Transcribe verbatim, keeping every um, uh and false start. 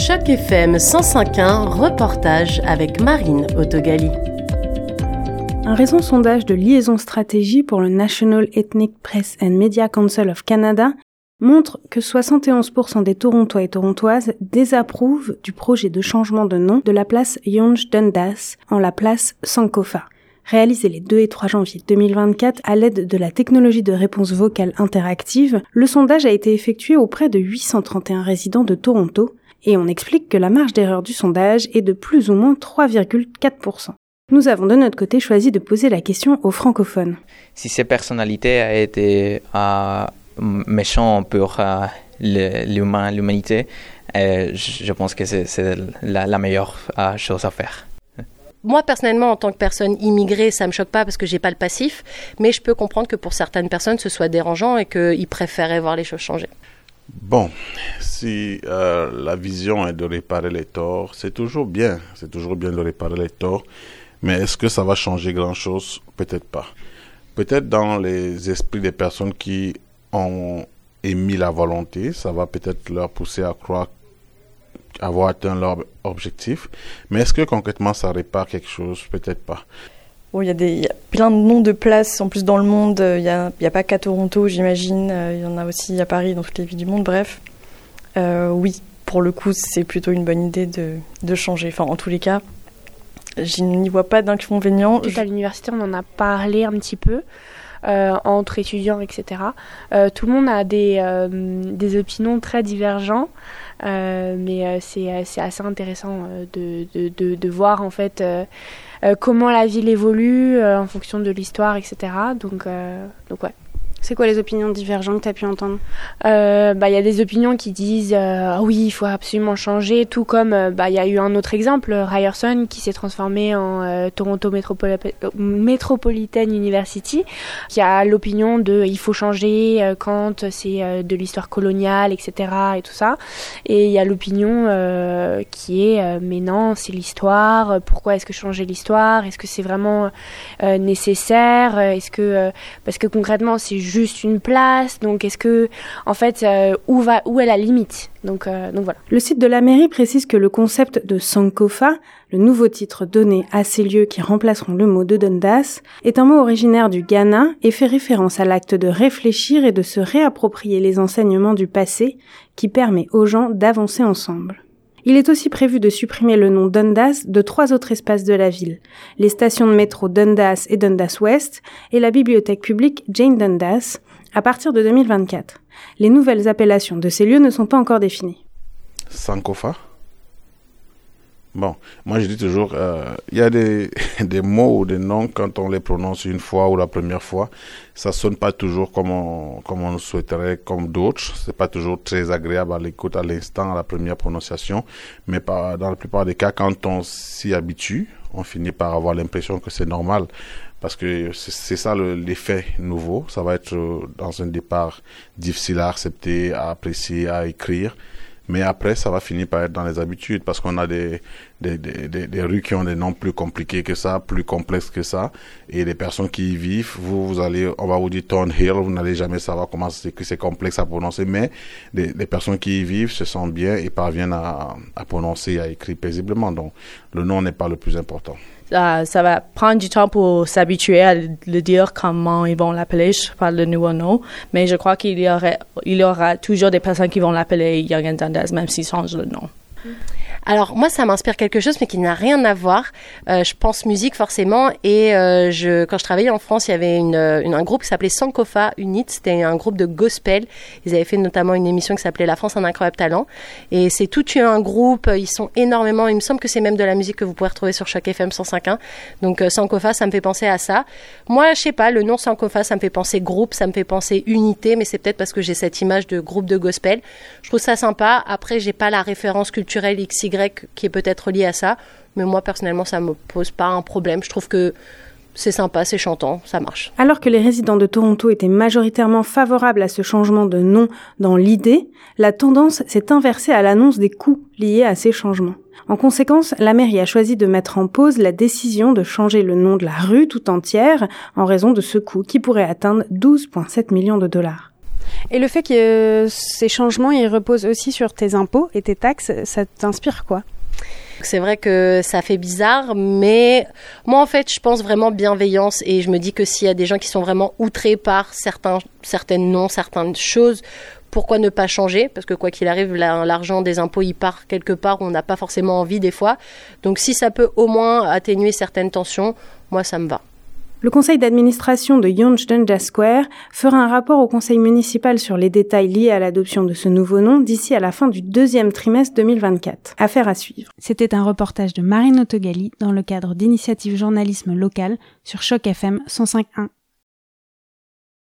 Choc F M cent cinq point un, reportage avec Marine Autogali. Un récent sondage de Liaison Stratégie pour le National Ethnic Press and Media Council of Canada montre que soixante et onze pour cent des Torontois et Torontoises désapprouvent du projet de changement de nom de la place Yonge Dundas en la place Sankofa. Réalisé les deux et trois janvier deux mille vingt-quatre à l'aide de la technologie de réponse vocale interactive, le sondage a été effectué auprès de huit cent trente et un résidents de Toronto et on explique que la marge d'erreur du sondage est de plus ou moins trois virgule quatre pour cent. Nous avons de notre côté choisi de poser la question aux francophones. Si ces personnalités a été euh, méchantes pour euh, l'humain, l'humanité, euh, je pense que c'est, c'est la, la meilleure euh, chose à faire. Moi, personnellement, en tant que personne immigrée, ça me choque pas parce que j'ai pas le passif, mais je peux comprendre que pour certaines personnes, ce soit dérangeant et qu'ils préféraient voir les choses changer. Bon, si euh, la vision est de réparer les torts, c'est toujours bien, c'est toujours bien de réparer les torts, mais est-ce que ça va changer grand-chose? Peut-être pas. Peut-être dans les esprits des personnes qui ont émis la volonté, ça va peut-être leur pousser à croire avoir atteint leur objectif, mais est-ce que concrètement ça répare quelque chose? Peut-être pas. Bon, il y a des, il y a plein de noms de places en plus dans le monde. Il y a, il y a pas qu'à Toronto, j'imagine. Il y en a aussi à Paris, dans toutes les villes du monde. Bref, euh, oui, pour le coup, c'est plutôt une bonne idée de, de changer. Enfin, en tous les cas, je n'y vois pas d'inconvénient. À l'université, on en a parlé un petit peu. Euh, entre étudiants, et cetera. Euh, tout le monde a des, euh, des opinions très divergentes, euh, mais euh, c'est, c'est assez intéressant euh, de, de, de, de voir en fait euh, euh, comment la ville évolue euh, en fonction de l'histoire, et cetera. Donc, euh, donc ouais. C'est quoi les opinions divergentes que tu as pu entendre? euh, bah, y a des opinions qui disent euh, ah oui, il faut absolument changer, tout comme il euh, bah, y a eu un autre exemple, Ryerson, qui s'est transformé en euh, Toronto Metropol- Metropolitan University, qui a l'opinion de il faut changer euh, quand c'est euh, de l'histoire coloniale, et cetera. Et tout ça. Et il y a l'opinion euh, qui est euh, mais non, c'est l'histoire, pourquoi est-ce que changer l'histoire? Est-ce que c'est vraiment euh, nécessaire? Est-ce que, euh, parce que concrètement, c'est juste une place, donc est-ce que, en fait, euh, où va, où est la limite? Donc, euh, donc voilà. Le site de la mairie précise que le concept de Sankofa, le nouveau titre donné à ces lieux qui remplaceront le mot de Dundas, est un mot originaire du Ghana et fait référence à l'acte de réfléchir et de se réapproprier les enseignements du passé qui permet aux gens d'avancer ensemble. Il est aussi prévu de supprimer le nom Dundas de trois autres espaces de la ville, les stations de métro Dundas et Dundas West et la bibliothèque publique Jane Dundas, à partir de deux mille vingt-quatre. Les nouvelles appellations de ces lieux ne sont pas encore définies. Sankofa? Bon, moi je dis toujours, il euh, y a des, des mots ou des noms, quand on les prononce une fois ou la première fois, ça sonne pas toujours comme on, comme on souhaiterait, comme d'autres. C'est pas toujours très agréable à l'écoute, à l'instant, à la première prononciation. Mais pas, dans la plupart des cas, quand on s'y habitue, on finit par avoir l'impression que c'est normal. Parce que c'est, c'est ça le, l'effet nouveau. Ça va être euh, dans un départ difficile à accepter, à apprécier, à écrire. Mais après, ça va finir par être dans les habitudes parce qu'on a des, des, des, des, des rues qui ont des noms plus compliqués que ça, plus complexes que ça. Et les personnes qui y vivent, vous, vous allez, on va vous dire Thornhill, vous n'allez jamais savoir comment c'est, que c'est complexe à prononcer. Mais les, les personnes qui y vivent se sentent bien et parviennent à, à prononcer et à écrire paisiblement. Donc, le nom n'est pas le plus important. Uh, ça va prendre du temps pour s'habituer à le dire comment ils vont l'appeler par le nouveau nom, mais je crois qu'il y aura, il y aura toujours des personnes qui vont l'appeler Yonge Dundas, même s'ils changent le nom. Alors moi ça m'inspire quelque chose mais qui n'a rien à voir. Euh, je pense musique forcément et euh, je, quand je travaillais en France il y avait une, une, un groupe qui s'appelait Sankofa Unit, c'était un groupe de gospel. Ils avaient fait notamment une émission qui s'appelait La France un incroyable talent et c'est tout un groupe, ils sont énormément, il me semble que c'est même de la musique que vous pouvez retrouver sur Choc F M cent cinq point un. Donc euh, Sankofa ça me fait penser à ça. Moi je sais pas, le nom Sankofa ça me fait penser groupe, ça me fait penser unité mais c'est peut-être parce que j'ai cette image de groupe de gospel. Je trouve ça sympa, après j'ai pas la référence culturelle X Y qui est peut-être lié à ça, mais moi personnellement ça me pose pas un problème, je trouve que c'est sympa, c'est chantant, ça marche. Alors que les résidents de Toronto étaient majoritairement favorables à ce changement de nom dans l'idée, la tendance s'est inversée à l'annonce des coûts liés à ces changements. En conséquence, la mairie a choisi de mettre en pause la décision de changer le nom de la rue tout entière en raison de ce coût qui pourrait atteindre douze virgule sept millions de dollars. Et le fait que euh, ces changements, ils reposent aussi sur tes impôts et tes taxes, ça t'inspire quoi ? C'est vrai que ça fait bizarre, mais moi en fait je pense vraiment bienveillance et je me dis que s'il y a des gens qui sont vraiment outrés par certains, certaines noms, certaines choses, pourquoi ne pas changer ? Parce que quoi qu'il arrive, l'argent des impôts il part quelque part où on n'a pas forcément envie des fois. Donc si ça peut au moins atténuer certaines tensions, moi ça me va. Le conseil d'administration de Yonge Dundas Square fera un rapport au conseil municipal sur les détails liés à l'adoption de ce nouveau nom d'ici à la fin du deuxième trimestre deux mille vingt-quatre. Affaire à suivre. C'était un reportage de Marine Autogali dans le cadre d'Initiative Journalisme Local sur Choc F M cent cinq point un.